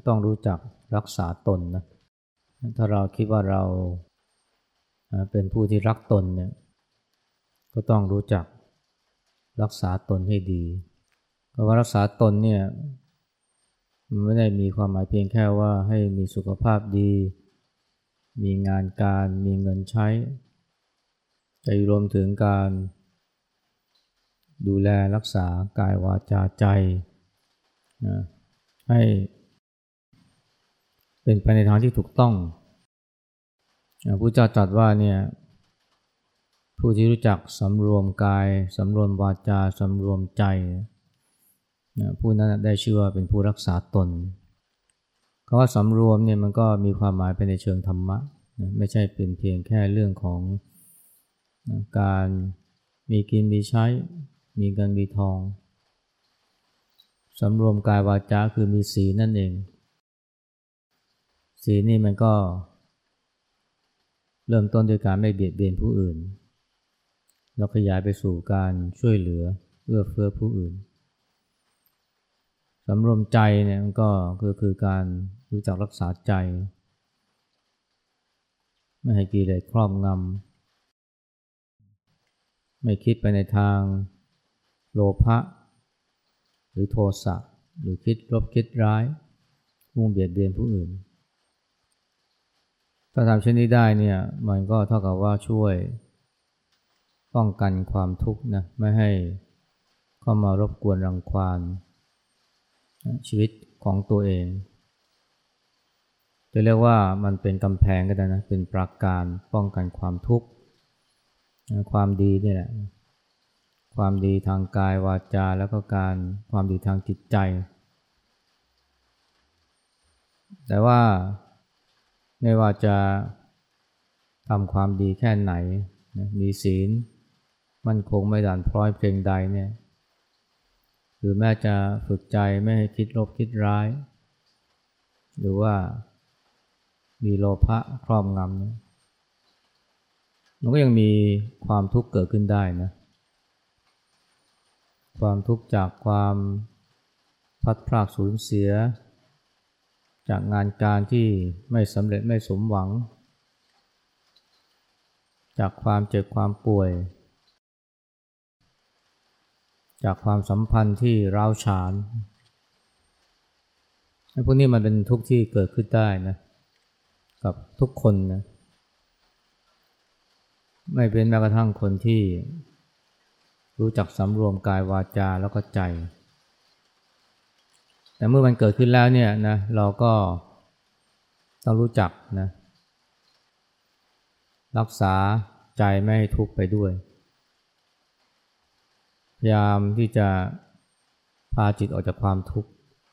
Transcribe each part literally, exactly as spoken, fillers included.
ต้องรู้จักรักษาตนนะถ้าเราคิดว่าเราเป็นผู้ที่รักตนเนี่ยก็ต้องรู้จักรักษาตนให้ดีเพราะว่ารักษาตนเนี่ยมันไม่ได้มีความหมายเพียงแค่ว่าให้มีสุขภาพดีมีงานการมีเงินใช้แต่รวมถึงการดูแลรักษากายวาจาใจนะให้เป็นไปในทางที่ถูกต้องพระพุทธเจ้าตรัสว่าเนี่ยผู้ที่รู้จักสำรวมกายสำรวมวาจาสำรวมใจนะผู้นั้นได้ชื่อว่าเป็นผู้รักษาตนคำว่าสำรวมเนี่ยมันก็มีความหมายไปในเชิงธรรมะนะไม่ใช่เป็นเพียงแค่เรื่องของนะการมีกินมีใช้มีเงินมีทองสำรวมกายวาจาคือมีศีลนั่นเองศีลนี่มันก็เริ่มต้นด้วยการไม่เบียดเบียนผู้อื่นแล้วขยายไปสู่การช่วยเหลือเอื้อเฟื้อผู้อื่นสำรวมใจเนี่ยมันก็คือคือการรู้จักรักษาใจไม่ให้กิเลสครอบงำไม่คิดไปในทางโลภะหรือโทสะหรือคิดลบคิดร้ายมุ่งเบียดเบียนผู้อื่นถ้าทำเช่นนี้ได้เนี่ยมันก็เท่ากับว่าช่วยป้องกันความทุกข์นะไม่ให้เข้ามารบกวนรังควานชีวิตของตัวเองจะเรียกว่ามันเป็นกำแพงก็ได้นะเป็นปราการป้องกันความทุกข์ความดีนี่แหละความดีทางกายวาจาแล้วก็การความดีทางจิตใจแต่ว่าไม่ว่าจะทำความดีแค่ไหนมีศีลมั่นคงไม่ด่านพร้อยเพียงใดเนี่ยหรือแม้จะฝึกใจไม่ให้คิดลบคิดร้ายหรือว่ามีโลภะครอบงำเนี่ยมันก็ยังมีความทุกข์เกิดขึ้นได้นะความทุกข์จากความพลัดพรากสูญเสียจากงานการที่ไม่สำเร็จไม่สมหวังจากความเจ็บความป่วยจากความสัมพันธ์ที่ร้าวฉานไอ้พวกนี้มันเป็นทุกข์ที่เกิดขึ้นได้นะกับทุกคนนะไม่เป็นแม้กระทั่งคนที่รู้จักสำรวมกายวาจาแล้วก็ใจแต่เมื่อมันเกิดขึ้นแล้วเนี่ยนะเราก็ต้องรู้จักนะรักษาใจไม่ให้ทุกข์ไปด้วยพยายามที่จะพาจิตออกจากความทุกข์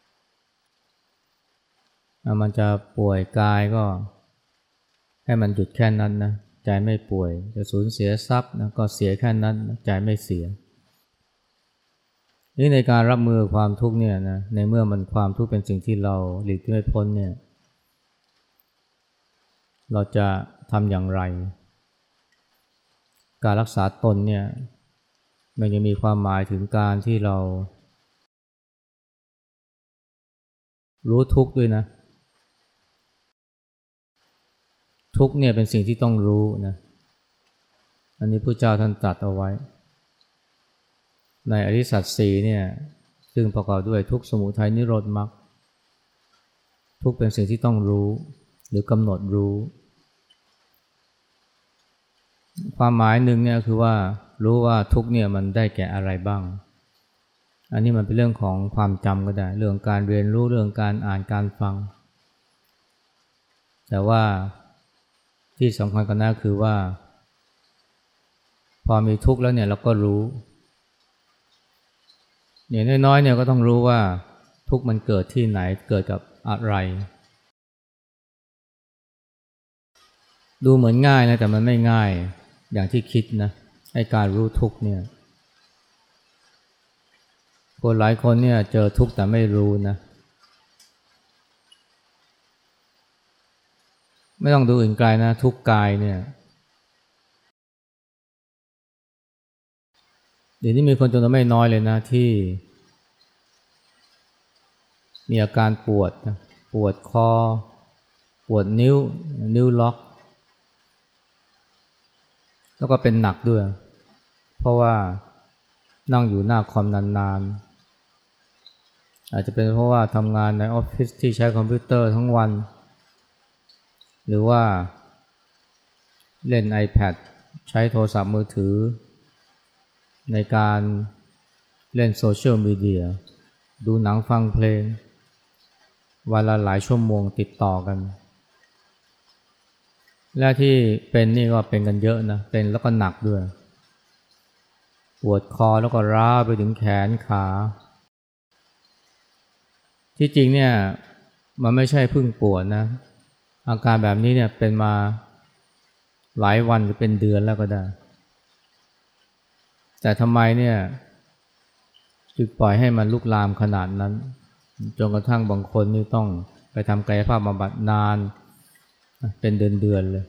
มันจะป่วยกายก็ให้มันหยุดแค่นั้นนะใจไม่ป่วยจะสูญเสียทรัพย์นะก็เสียแค่นั้นใจไม่เสียนี่ในการรับมือความทุกข์เนี่ยนะในเมื่อมันความทุกข์เป็นสิ่งที่เราหลีกไม่พ้นเนี่ยเราจะทำอย่างไรการรักษาตนเนี่ยมันจะมีความหมายถึงการที่เรารู้ทุกข์ด้วยนะทุกข์เนี่ยเป็นสิ่งที่ต้องรู้นะอันนี้พระเจ้าท่านตรัสเอาไว้ในอริยสัจสี่เนี่ยซึ่งประกอบด้วยทุกข์สมุทัยนิโรธมรรคทุกข์เป็นสิ่งที่ต้องรู้หรือกำหนดรู้ความหมายหนึ่งเนี่ยคือว่ารู้ว่าทุกข์เนี่ยมันได้แก่อะไรบ้างอันนี้มันเป็นเรื่องของความจำก็ได้เรื่องการเรียนรู้เรื่องการอ่านการฟังแต่ว่าที่สำคัญกันนะคือว่าพอมีทุกข์แล้วเนี่ยเราก็รู้อย่างน้อยๆเนี่ยก็ต้องรู้ว่าทุกข์มันเกิดที่ไหนเกิดกับอะไรดูเหมือนง่ายนะแต่มันไม่ง่ายอย่างที่คิดนะให้การรู้ทุกข์เนี่ยคนหลายคนเนี่ยเจอทุกข์แต่ไม่รู้นะไม่ต้องดูอื่นไกลนะทุกข์กายเนี่ยเดี๋ยวนี้มีคนจำนวนไม่น้อยเลยนะที่มีอาการปวดนะปวดคอปวดนิ้วนิ้วล็อกแล้วก็เป็นหนักด้วยเพราะว่านั่งอยู่หน้าคอมนานๆอาจจะเป็นเพราะว่าทำงานในออฟฟิศที่ใช้คอมพิวเตอร์ทั้งวันหรือว่าเล่น iPad ใช้โทรศัพท์มือถือในการเล่นโซเชียลมีเดียดูหนังฟังเพลงวันละหลายชั่วโมงติดต่อกันและที่เป็นนี่ก็เป็นกันเยอะนะเป็นแล้วก็หนักด้วยปวดคอแล้วก็ร้าวไปถึงแขนขาที่จริงเนี่ยมันไม่ใช่เพิ่งปวดนะอาการแบบนี้เนี่ยเป็นมาหลายวันหรือเป็นเดือนแล้วก็ได้แต่ทำไมเนี่ยจึงปล่อยให้มันลุกลามขนาดนั้นจนกระทั่งบางคนนี่ต้องไปทำกายภาพบำบัดนานเป็นเดือนๆเลย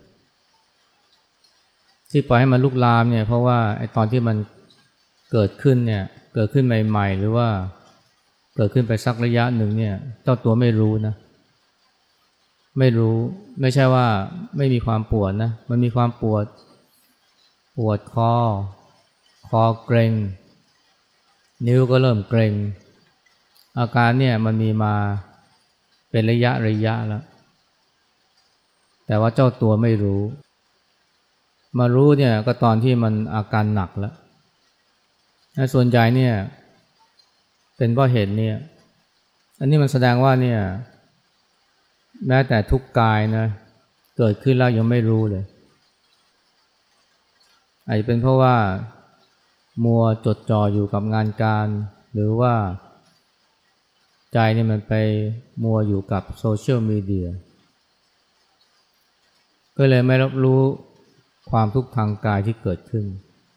ที่ปล่อยให้มันลุกลามเนี่ยเพราะว่าไอ้ตอนที่มันเกิดขึ้นเนี่ยเกิดขึ้นใหม่ๆหรือว่าเกิดขึ้นไปสักระยะหนึ่งเนี่ยเจ้าตัวไม่รู้นะไม่รู้ไม่ใช่ว่าไม่มีความปวดนะมันมีความปวดปวดคอคอเกร็งนิ้วก็เริ่มเกร็งอาการเนี่ยมันมีมาเป็นระยะระยะแล้วแต่ว่าเจ้าตัวไม่รู้มารู้เนี่ยก็ตอนที่มันอาการหนักแล้วส่วนใหญ่เนี่ยเป็นเพราะเหตุเนี่ยอันนี้มันแสดงว่าเนี่ยแม้แต่ทุกข์กายนะเกิดขึ้นแล้วยังไม่รู้เลยอาจจะเป็นเพราะว่ามัวจดจ่ออยู่กับงานการหรือว่าใจเนี่ยมันไปมัวอยู่กับโซเชียลมีเดียก็เลยไม่รับรู้ความทุกข์ทางกายที่เกิดขึ้น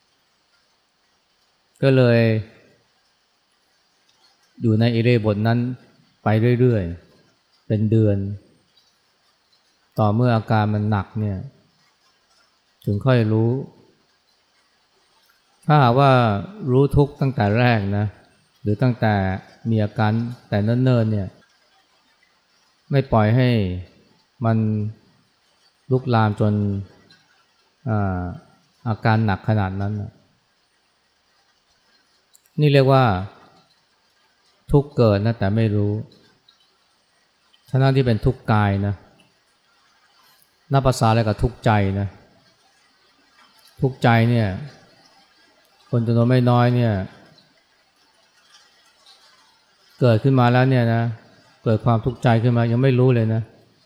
ก็เลยอยู่ในอิริยาบถนั้นไปเรื่อยๆเป็นเดือนต่อเมื่ออาการมันหนักเนี่ยถึงค่อยรู้ถ้าหากว่ารู้ทุกข์ตั้งแต่แรกนะหรือตั้งแต่มีอาการแต่เนิ่นๆเนี่ยไม่ปล่อยให้มันลุกลามจนอาอาการหนักขนาดนั้นนะนี่เรียกว่าทุกข์เกิดนะแต่ไม่รู้ทั้งที่เป็นทุกข์กายนะนับภาษาอะไรกับทุกข์ใจนะทุกข์ใจเนี่ยคนจำนวนไม่น้อยเนี่ยเกิดขึ้นมาแล้วเนี่ยนะเกิดความทุกข์ใจขึ้นมายังไม่รู้เลยนะ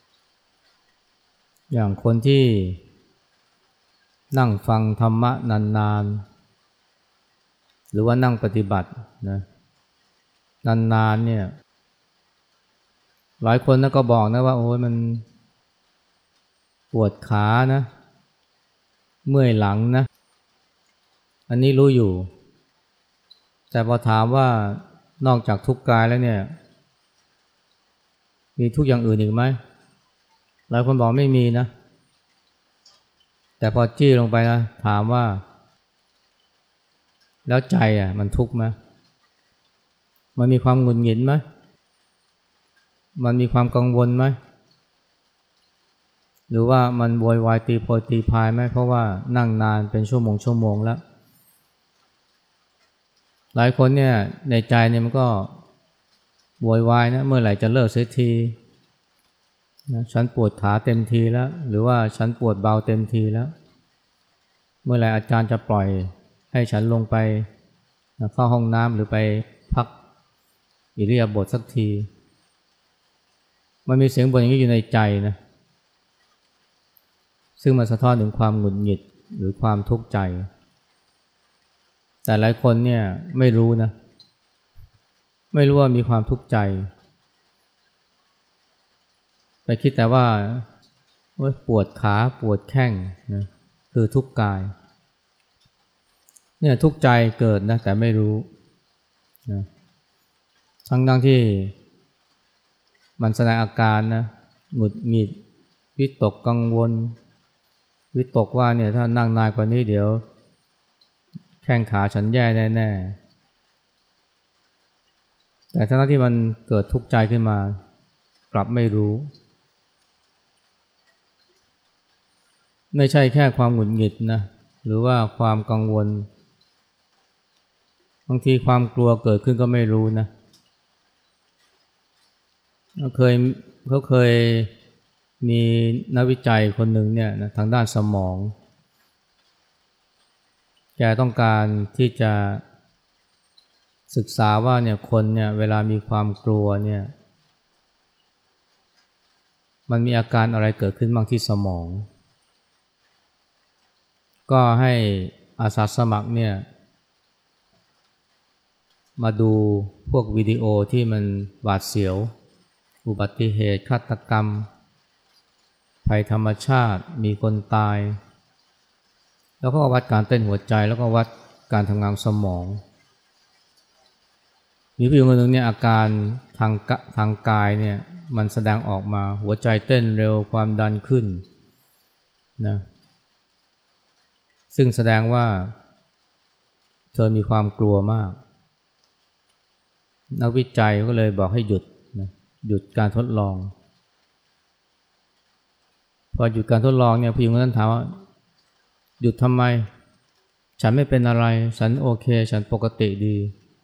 อย่างคนที่นั่งฟังธรรมะนานๆหรือว่านั่งปฏิบัตินะนานๆเนี่ยหลายคนนะก็บอกนะว่าโอ้ยมันปวดขานะเมื่อยหลังนะอันนี้รู้อยู่แต่พอถามว่านอกจากทุกข์กายแล้วเนี่ยมีทุกข์อย่างอื่นอีกไหมหลายคนบอกไม่มีนะแต่พอจี้ลงไปนะถามว่าแล้วใจอ่ะมันทุกข์ไหมมันมีความหงุดหงิดไหมมันมีความกังวลไหมหรือว่ามันโวยวายตีโพยตีพายไหมเพราะว่านั่งนานเป็นชั่วโมงชั่วโมงแล้วหลายคนเนี่ยในใจเนี่ยมันก็โวยวายนะเมื่อไหร่จะเลิกเสียทีนะฉันปวดขาเต็มทีแล้วหรือว่าฉันปวดเบาเต็มทีแล้วเมื่อไหร่อาจารย์จะปล่อยให้ฉันลงไปเข้าห้องน้ำหรือไปพักอิริยาบถสักทีมันมีเสียงบ่นอย่างนี้อยู่ในใจนะซึ่งมันสะท้อนถึงความหงุดหงิดหรือความทุกข์ใจแต่หลายคนเนี่ยไม่รู้นะไม่รู้ว่ามีความทุกข์ใจไปคิดแต่ว่าปวดขาปวดแข้งนะคือทุกข์กายเนี่ยทุกข์ใจเกิดนะแต่ไม่รู้นะทั้งทั้งที่มันแสดงอาการนะหงุดหงิดวิตกกังวลวิตกว่าเนี่ยถ้านั่งนานกว่านี้เดี๋ยวแข้งขาฉันแย่แน่ๆแต่ทั้งที่มันเกิดทุกข์ใจขึ้นมากลับไม่รู้ไม่ใช่แค่ความหงุดหงิดนะหรือว่าความกังวลบางทีความกลัวเกิดขึ้นก็ไม่รู้นะเขาเคยเขาเคยมีนักวิจัยคนหนึ่งเนี่ยนะทางด้านสมองแกต้องการที่จะศึกษาว่าเนี่ยคนเนี่ยเวลามีความกลัวเนี่ยมันมีอาการอะไรเกิดขึ้นบ้างที่สมองก็ให้อาสาสมัครเนี่ยมาดูพวกวิดีโอที่มันหวาดเสียวอุบัติเหตุฆาตกรรมภัยธรรมชาติมีคนตายแล้วก็วัดการเต้นหัวใจแล้วก็วัดการทำงานสมองมีผู้หญิงคนหนึ่งเนี่ยอาการทางทางกายเนี่ยมันแสดงออกมาหัวใจเต้นเร็วความดันขึ้นนะซึ่งแสดงว่าเธอมีความกลัวมากนักวิจัยก็เลยบอกให้หยุดนะหยุดการทดลองพอหยุดการทดลองเนี่ยผู้หญิงคนนั้นถามว่าหยุดทำไมฉันไม่เป็นอะไรฉันโอเคฉันปกติดี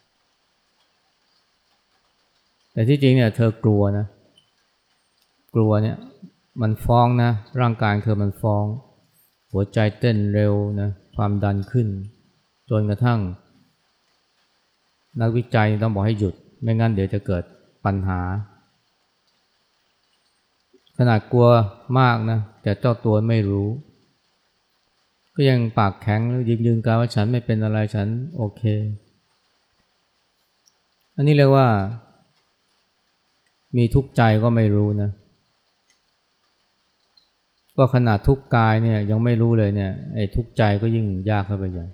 แต่ที่จริงเนี่ยเธอกลัวนะกลัวเนี่ยมันฟ้องนะร่างกายเธอมันฟ้องหัวใจเต้นเร็วนะความดันขึ้นจนกระทั่งนักวิจัยต้องบอกให้หยุดไม่งั้นเดี๋ยวจะเกิดปัญหาขนาดกลัวมากนะแต่เจ้าตัวไม่รู้ก็ยังปากแข็งแล้วยืนยืนการว่าฉันไม่เป็นอะไรฉันโอเคอันนี้เรียกว่ามีทุกข์ใจก็ไม่รู้นะก็ขนาดทุกข์กายเนี่ยยังไม่รู้เลยเนี่ยไอ้ทุกข์ใจก็ยิ่งยากเข้าไปใหญ่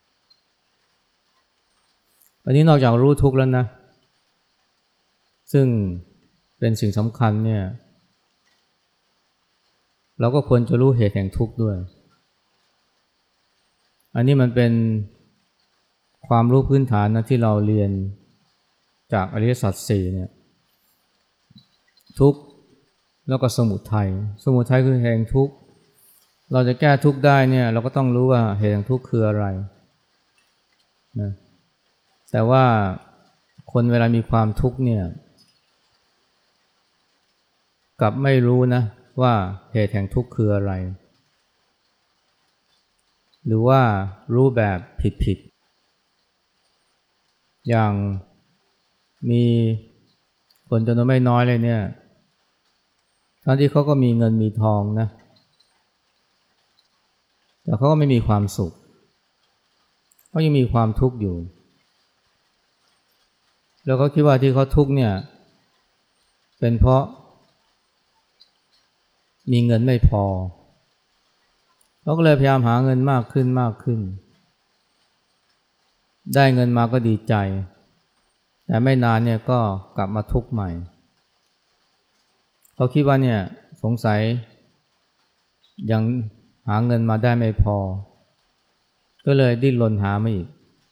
อันนี้นอกจากรู้ทุกข์แล้วนะซึ่งเป็นสิ่งสำคัญเนี่ยเราก็ควรจะรู้เหตุแห่งทุกข์ด้วยอันนี้มันเป็นความรู้พื้นฐานนะที่เราเรียนจากอริยสัจสี่เนี่ยทุกข์แล้วก็สมุทัยสมุทัยคือเหตุแห่งทุกข์เราจะแก้ทุกข์ได้เนี่ยเราก็ต้องรู้ว่าเหตุแห่งทุกข์คืออะไรนะแต่ว่าคนเวลามีความทุกข์เนี่ยกลับไม่รู้นะว่าเหตุแห่งทุกข์คืออะไรหรือว่ารู้แบบผิดๆอย่างมีคนจำนวนไม่น้อยเลยเนี่ยทั้งที่เขาก็มีเงินมีทองนะแต่เขาก็ไม่มีความสุขเขายังมีความทุกข์อยู่แล้วเขาคิดว่าที่เขาทุกข์เนี่ยเป็นเพราะมีเงินไม่พอเขาก็เลยพยายามหาเงินมากขึ้นมากขึ้นได้เงินมาก็ดีใจแต่ไม่นานเนี่ยก็กลับมาทุกข์ใหม่เขาคิดว่าเนี่ยสงสัยยังหาเงินมาได้ไม่พอก็เลยดิ้นรนหามาอีก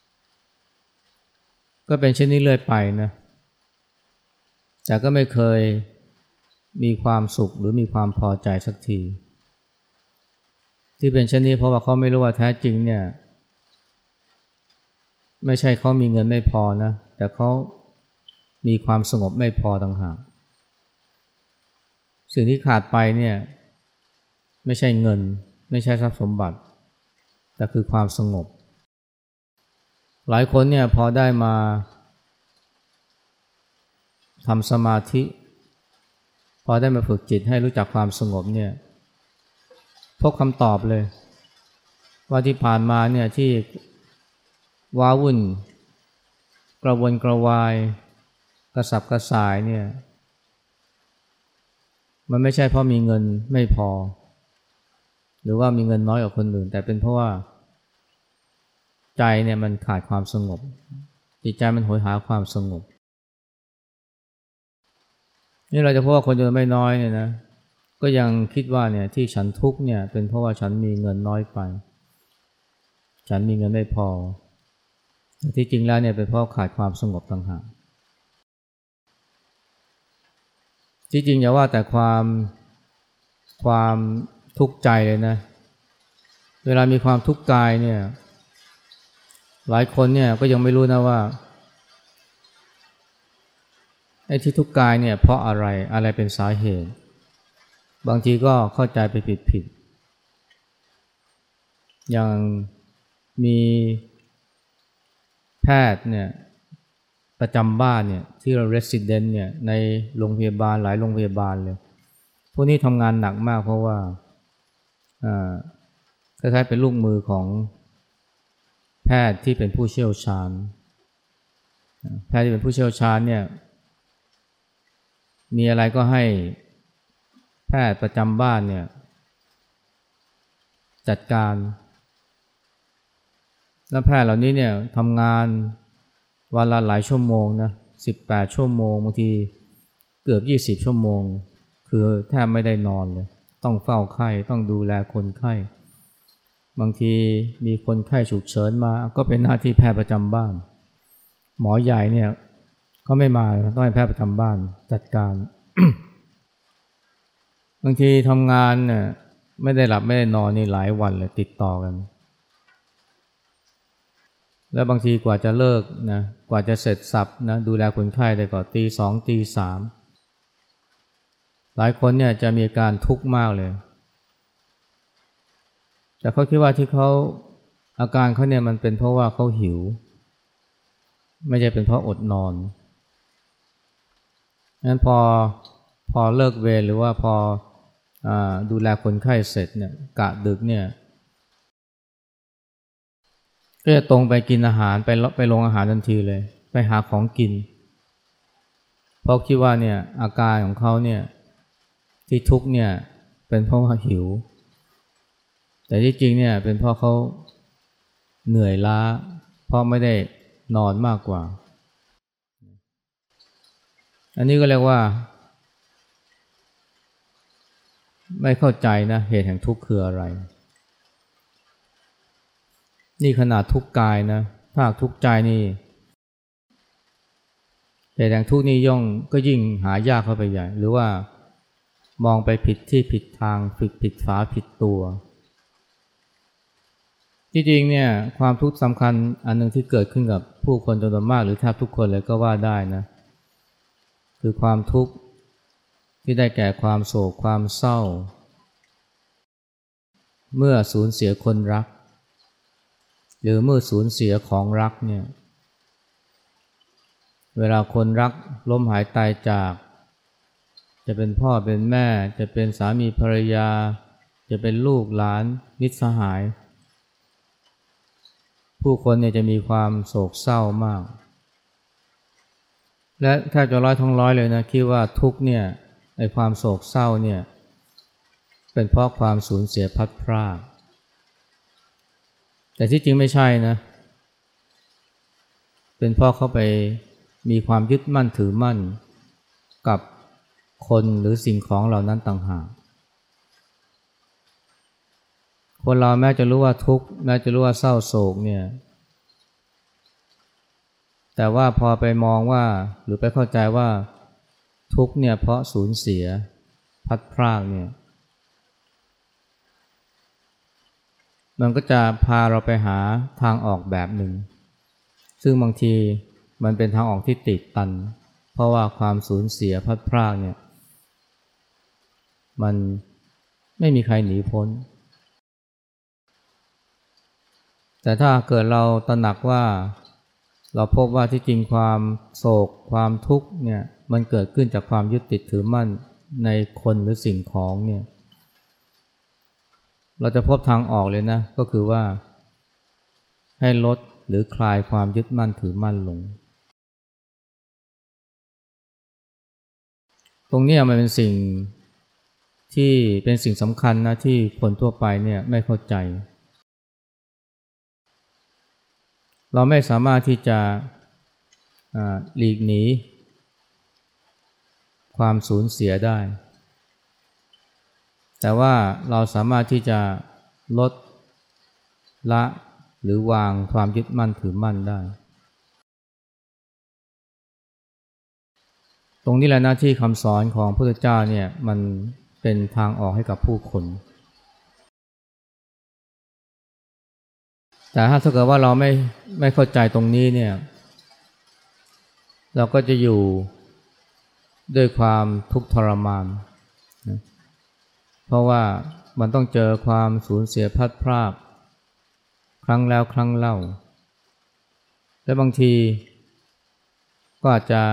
ก็เป็นเช่นนี้เรื่อยไปนะแต่ก็ไม่เคยมีความสุขหรือมีความพอใจสักทีที่เป็นเช่นนี้เพราะว่าเขาไม่รู้ว่าแท้จริงเนี่ยไม่ใช่เขามีเงินไม่พอนะแต่เขามีความสงบไม่พอต่างหากสิ่งที่ขาดไปเนี่ยไม่ใช่เงินไม่ใช่ทรัพย์สมบัติแต่คือความสงบหลายคนเนี่ยพอได้มาทำสมาธิพอได้มาฝึกจิตให้รู้จักความสงบเนี่ยพบคำตอบเลยว่าที่ผ่านมาเนี่ยที่ว้าวุ่นกระวนกระวายกระสับกระส่ายเนี่ยมันไม่ใช่เพราะมีเงินไม่พอหรือว่ามีเงินน้อยกว่าคนอื่นแต่เป็นเพราะว่าใจเนี่ยมันขาดความสงบจิตใจมันโหยหาความสงบนี่เราจะพบว่าคนจำนวนไม่น้อยเนี่ยนะก็ยังคิดว่าเนี่ยที่ฉันทุกข์เนี่ยเป็นเพราะว่าฉันมีเงินน้อยไปฉันมีเงินไม่พอแต่ที่จริงแล้วเนี่ยเป็นเพราะขาดความสงบต่างหากที่จริงอย่าว่าแต่ความความทุกข์ใจเลยนะเวลามีความทุกข์กายเนี่ยหลายคนเนี่ยก็ยังไม่รู้นะว่าไอ้ที่ทุกข์กายเนี่ยเพราะอะไรอะไรเป็นสาเหตุบางทีก็เข้าใจไปผิดๆอย่างมีแพทย์เนี่ยประจำบ้านเนี่ยที่เรา resident เนี่ยในโรงพยาบาลหลายโรงพยาบาลเลยพวกนี้ทำงานหนักมากเพราะว่าอ่าคล้ายๆเป็นลูกมือของแพทย์ที่เป็นผู้เชี่ยวชาญแพทย์ที่เป็นผู้เชี่ยวชาญเนี่ยมีอะไรก็ให้แพทย์ประจำบ้านเนี่ยจัดการแล้วแพทย์เหล่านี้เนี่ยทำงานวันละหลายชั่วโมงนะสิบแปดชั่วโมงบางทีเกือบยี่สิบชั่วโมงคือแทบไม่ได้นอนเลยต้องเฝ้าไข้ต้องดูแลคนไข้บางทีมีคนไข้ฉุกเฉินมาก็เป็นหน้าที่แพทย์ประจำบ้านหมอใหญ่เนี่ยก็ไม่มาต้องให้แพทย์ประจำบ้านจัดการ บางทีทำงานเนี่ยไม่ได้หลับไม่ได้นอนนี่หลายวันเลยติดต่อกันแล้วบางทีกว่าจะเลิกนะกว่าจะเสร็จสับนะดูแลคนไข้ได้ก็ตีสองตีสามหลายคนเนี่ยจะมีอาการทุกข์มากเลยแต่เขาคิดว่าที่เขาอาการเขาเนี่ยมันเป็นเพราะว่าเขาหิวไม่ใช่เป็นเพราะอดนอนงั้นพอพอเลิกเวรหรือว่าพออ่าดูแลคนไข้เสร็จเนี่ยกะดึกเนี่ยก็จะตรงไปกินอาหารไปไปลงอาหารทันทีเลยไปหาของกินเพราะคิดว่าเนี่ยอาการของเขาเนี่ยที่ทุกข์เนี่ยเป็นเพราะว่าหิวแต่ที่จริงเนี่ยเป็นเพราะเขาเหนื่อยล้าเพราะไม่ได้นอนมากกว่าอันนี้ก็เรียกว่าไม่เข้าใจนะเหตุแห่งทุกข์คืออะไรนี่ขนาดทุกข์กายนะถ้าทุกข์ใจนี่เหตุแห่งทุกข์นี่ย่องก็ยิ่งหายากเข้าไปใหญ่หรือว่ามองไปผิดที่ผิดทางผิดผิดฝาผิดตัวที่จริงเนี่ยความทุกข์สำคัญอันนึงที่เกิดขึ้นกับผู้คนจำนวนมากหรือแทบทุกคนเลยก็ว่าได้นะคือความทุกข์ที่ได้แก่ความโศกความเศร้าเมื่อสูญเสียคนรักหรือเมื่อสูญเสียของรักเนี่ยเวลาคนรักล้มหายตายจากจะเป็นพ่อเป็นแม่จะเป็นสามีภรรยาจะเป็นลูกหลานมิตรสหายผู้คนเนี่ยจะมีความโศกเศร้ามากและแทบจะร้อยทั้งร้อยเลยนะคิดว่าทุกเนี่ยไอ้ความโศกเศร้าเนี่ยเป็นเพราะความสูญเสียพัดพรากแต่ที่จริงไม่ใช่นะเป็นเพราะเขาไปมีความยึดมั่นถือมั่นกับคนหรือสิ่งของเหล่านั้นต่างหากคนเราแม้จะรู้ว่าทุกข์แม้จะรู้ว่าเศร้าโศกเนี่ยแต่ว่าพอไปมองว่าหรือไปเข้าใจว่าทุกข์เนี่ยเพราะสูญเสียพัดพรากเนี่ยมันก็จะพาเราไปหาทางออกแบบหนึ่งซึ่งบางทีมันเป็นทางออกที่ติดตันเพราะว่าความสูญเสียพัดพรากเนี่ยมันไม่มีใครหนีพ้นแต่ถ้าเกิดเราตระหนักว่าเราพบว่าที่จริงความโศกความทุกข์เนี่ยมันเกิดขึ้นจากความยึดติดถือมั่นในคนหรือสิ่งของเนี่ยเราจะพบทางออกเลยนะก็คือว่าให้ลดหรือคลายความยึดมั่นถือมั่นลงตรงนี้มันเป็นสิ่งที่เป็นสิ่งสำคัญนะที่คนทั่วไปเนี่ยไม่เข้าใจเราไม่สามารถที่จะหลีกหนีความสูญเสียได้แต่ว่าเราสามารถที่จะลดละหรือวางความยึดมั่นถือมั่นได้ตรงนี้แหละหน้าที่คำสอนของพระพุทธเจ้าเนี่ยมันเป็นทางออกให้กับผู้คนแต่ถ้าเกิดว่าเราไม่ไม่เข้าใจตรงนี้เนี่ยเราก็จะอยู่ด้วยความทุกข์ทรมานนะเพราะว่ามันต้องเจอความสูญเสียพลัดพรากครั้งแล้วครั้งเล่าและบางทีก็อาจจะ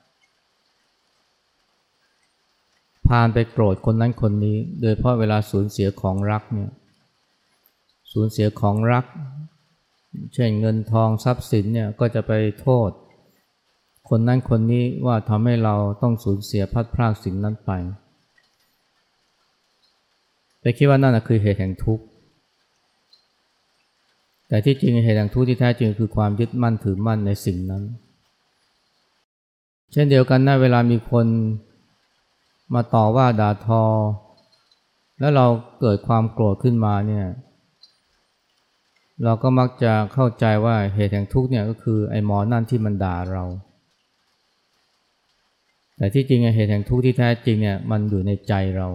พาลไปโกรธคนนั้นคนนี้โดยเพราะเวลาสูญเสียของรักเนี่ยสูญเสียของรักเช่นเงินทองทรัพย์สินเนี่ยก็จะไปโทษคนนั้นคนนี้ว่าทำให้เราต้องสูญเสียพลัดพรากสิ่งนั้นไปไปคิดว่านั่นคือเหตุแห่งทุกข์แต่ที่จริงเหตุแห่งทุกข์ที่แท้จริงคือความยึดมั่นถือมั่นในสิ่งนั้นเช่นเดียวกันนะเวลามีคนมาต่อว่าด่าทอแล้วเราเกิดความโกรธขึ้นมาเนี่ยเราก็มักจะเข้าใจว่าเหตุแห่งทุกข์เนี่ยก็คือไอ้หมอนั่นที่มันด่าเราแต่ที่จริงเหตุแห่งทุกข์ที่แท้จริงเนี่ยมันอยู่ในใจเรา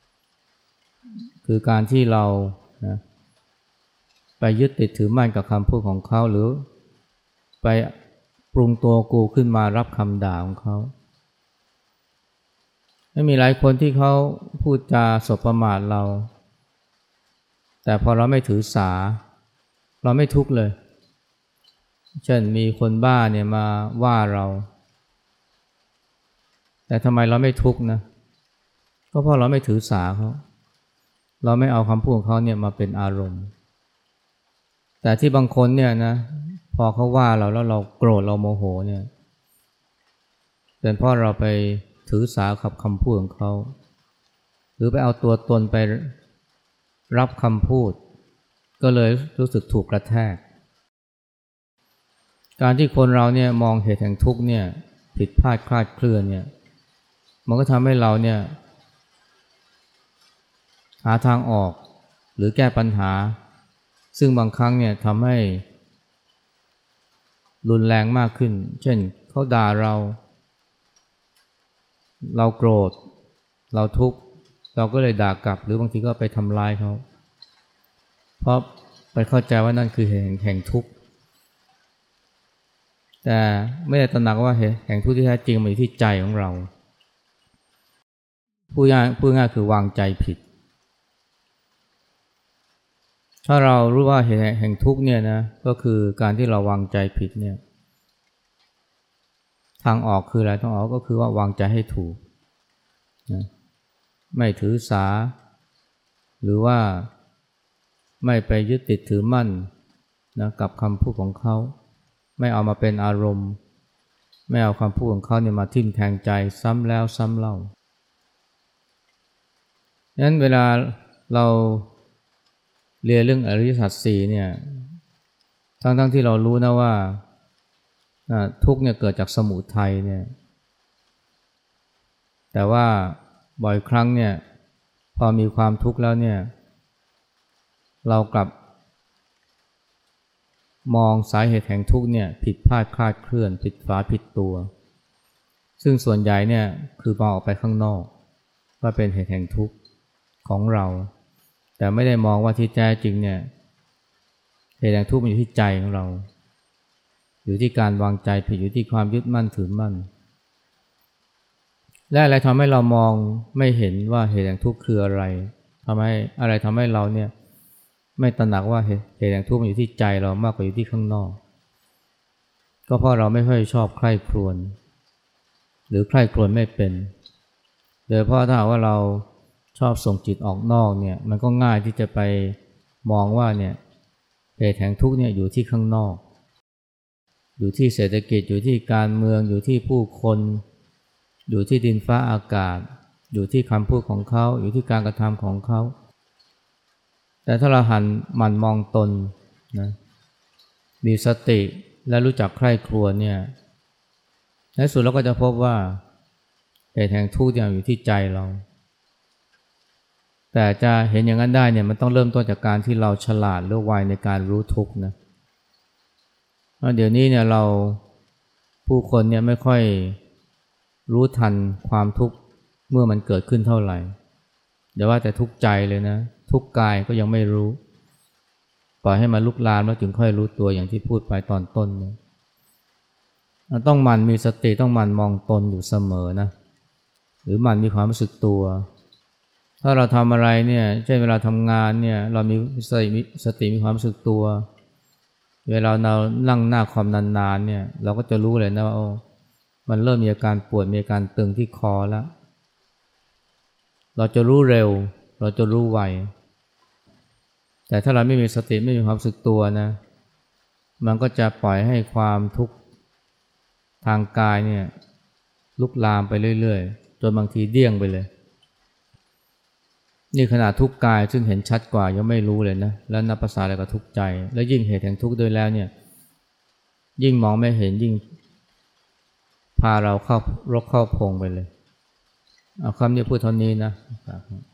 คือการที่เรานะไปยึดติดถือมั่นกับคำพูดของเขาหรือไปปรุงตัวกูขึ้นมารับคำด่าของเขาไม่มีหลายคนที่เขาพูดจาสบประมาทเราแต่พอเราไม่ถือสาเราไม่ทุกข์เลยเช่นมีคนบ้าเนี่ยมาว่าเราแต่ทำไมเราไม่ทุกข์นะก็เพราะเราไม่ถือสาเขาเราไม่เอาคำพูดของเขาเนี่ยมาเป็นอารมณ์แต่ที่บางคนเนี่ยนะพอเขาว่าเราแล้วเราโกรธเราโมโหเนี่ยเป็นเพราะเราไปถือสากับคำพูดของเขาหรือไปเอาตัวตนไปรับคำพูดก็เลยรู้สึกถูกกระแทกการที่คนเราเนี่ยมองเหตุแห่งทุกข์เนี่ยผิดพลาดคลาดเคลื่อนเนี่ยมันก็ทำให้เราเนี่ยหาทางออกหรือแก้ปัญหาซึ่งบางครั้งเนี่ยทำให้รุนแรงมากขึ้นเช่นเขาด่าเราเราโกรธเราทุกข์เราก็เลยด่ากลับหรือบางทีก็ไปทำร้ายเขาเพราะไปเข้าใจว่านั่นคือเหตุแห่งทุกข์แต่ไม่ได้ตระหนักว่าเหตุแห่งทุกข์ที่แท้จริงมันอยู่ที่ใจของเราพูดง่ายพูดง่ายคือวางใจผิดถ้าเรารู้ว่าเหตุแห่งทุกข์เนี่ยนะก็คือการที่เราวางใจผิดเนี่ยทางออกคืออะไรทางออกก็คือว่าวางใจให้ถูกนะไม่ถือสาหรือว่าไม่ไปยึดติดถือมั่นนะกับคำพูดของเขาไม่เอามาเป็นอารมณ์ไม่เอาคำพูดของเขาเนี่ยมาทิ่มแทงใจซ้ำแล้วซ้ำเล่าดังนั้นเวลาเราเรียนเรื่องอริยสัจสี่เนี่ยทั้งๆที่เรารู้นะว่าทุกข์เนี่ยเกิดจากสมุทัยเนี่ยแต่ว่าบ่อยครั้งเนี่ยพอมีความทุกข์แล้วเนี่ยเรากลับมองสาเหตุแห่งทุกข์เนี่ยผิดพลาดคลาดเคลื่อนผิดฝาผิดตัวซึ่งส่วนใหญ่เนี่ยคือมองออกไปข้างนอกว่าเป็นเหตุแห่งทุกข์ของเราแต่ไม่ได้มองว่าที่แท้จริงเนี่ยเหตุแห่งทุกข์มันอยู่ที่ใจของเราอยู่ที่การวางใจผิดอยู่ที่ความยึดมั่นถือมั่นและอะไรทำให้เรามองไม่เห็นว่าเหตุแห่งทุกข์คืออะไรทำให้อะไรทำให้เราเนี่ยไม่ตระหนักว่าเหตุแห่งทุกข์มันอยู่ที่ใจเรามากกว่าอยู่ที่ข้างนอกก็เพราะเราไม่ค่อยชอบใคร่ครวญหรือใคร่ครวญไม่เป็นโดยเพราะถ้าว่าเราชอบส่งจิตออกนอกเนี่ยมันก็ง่ายที่จะไปมองว่าเนี่ยเหตุแห่งทุกข์เนี่ยอยู่ที่ข้างนอกอยู่ที่เศรษฐกิจอยู่ที่การเมืองอยู่ที่ผู้คนอยู่ที่ดินฟ้าอากาศอยู่ที่คำพูดของเขาอยู่ที่การกระทำของเขาแต่ถ้าเราหันหมั่นมองตนนะมีสติและรู้จักใคร่ครวญเนี่ยในสุดเราก็จะพบว่าเหตุแห่งทุกข์อยู่ที่ใจเราแต่จะเห็นอย่างนั้นได้เนี่ยมันต้องเริ่มต้นจากการที่เราฉลาดหรือไวในการรู้ทุกข์นะเดี๋ยวนี้เนี่ยเราผู้คนเนี่ยไม่ค่อยรู้ทันความทุกข์เมื่อมันเกิดขึ้นเท่าไหร่เดี๋ยวว่าแต่ทุกข์ใจเลยนะทุกข์กายก็ยังไม่รู้ปล่อยให้มันลุกลามแล้วจึงค่อยรู้ตัวอย่างที่พูดไปตอนต้นเนี่ยต้องหมั่นมีสติต้องหมั่นมองตนอยู่เสมอนะหรือหมั่นมีความรู้สึกตัวถ้าเราทำอะไรเนี่ยเช่นเวลาทำงานเนี่ยเรามีสติมีสติมีความรู้สึกตัวเวลาเรานั่งหน้าคอมนานๆเนี่ยเราก็จะรู้เลยนะว่าโอ้มันเริ่มมีอาการปวดมีอาการตึงที่คอแล้วเราจะรู้เร็วเราจะรู้ไวแต่ถ้าเราไม่มีสติไม่มีความรู้สึกตัวนะมันก็จะปล่อยให้ความทุกข์ทางกายเนี่ยลุกลามไปเรื่อยๆจนบางทีเดี้ยงไปเลยนี่ขนาดทุกข์กายซึ่งเห็นชัดกว่ายังไม่รู้เลยนะแล้วนับภาษาอะไรกับทุกข์ใจแล้วยิ่งเหตุแห่งทุกข์ด้วยแล้วเนี่ยยิ่งมองไม่เห็นยิ่งพาเราเข้ารกเข้าพงไปเลยเอาคำนี้พูดเท่านี้นะครับ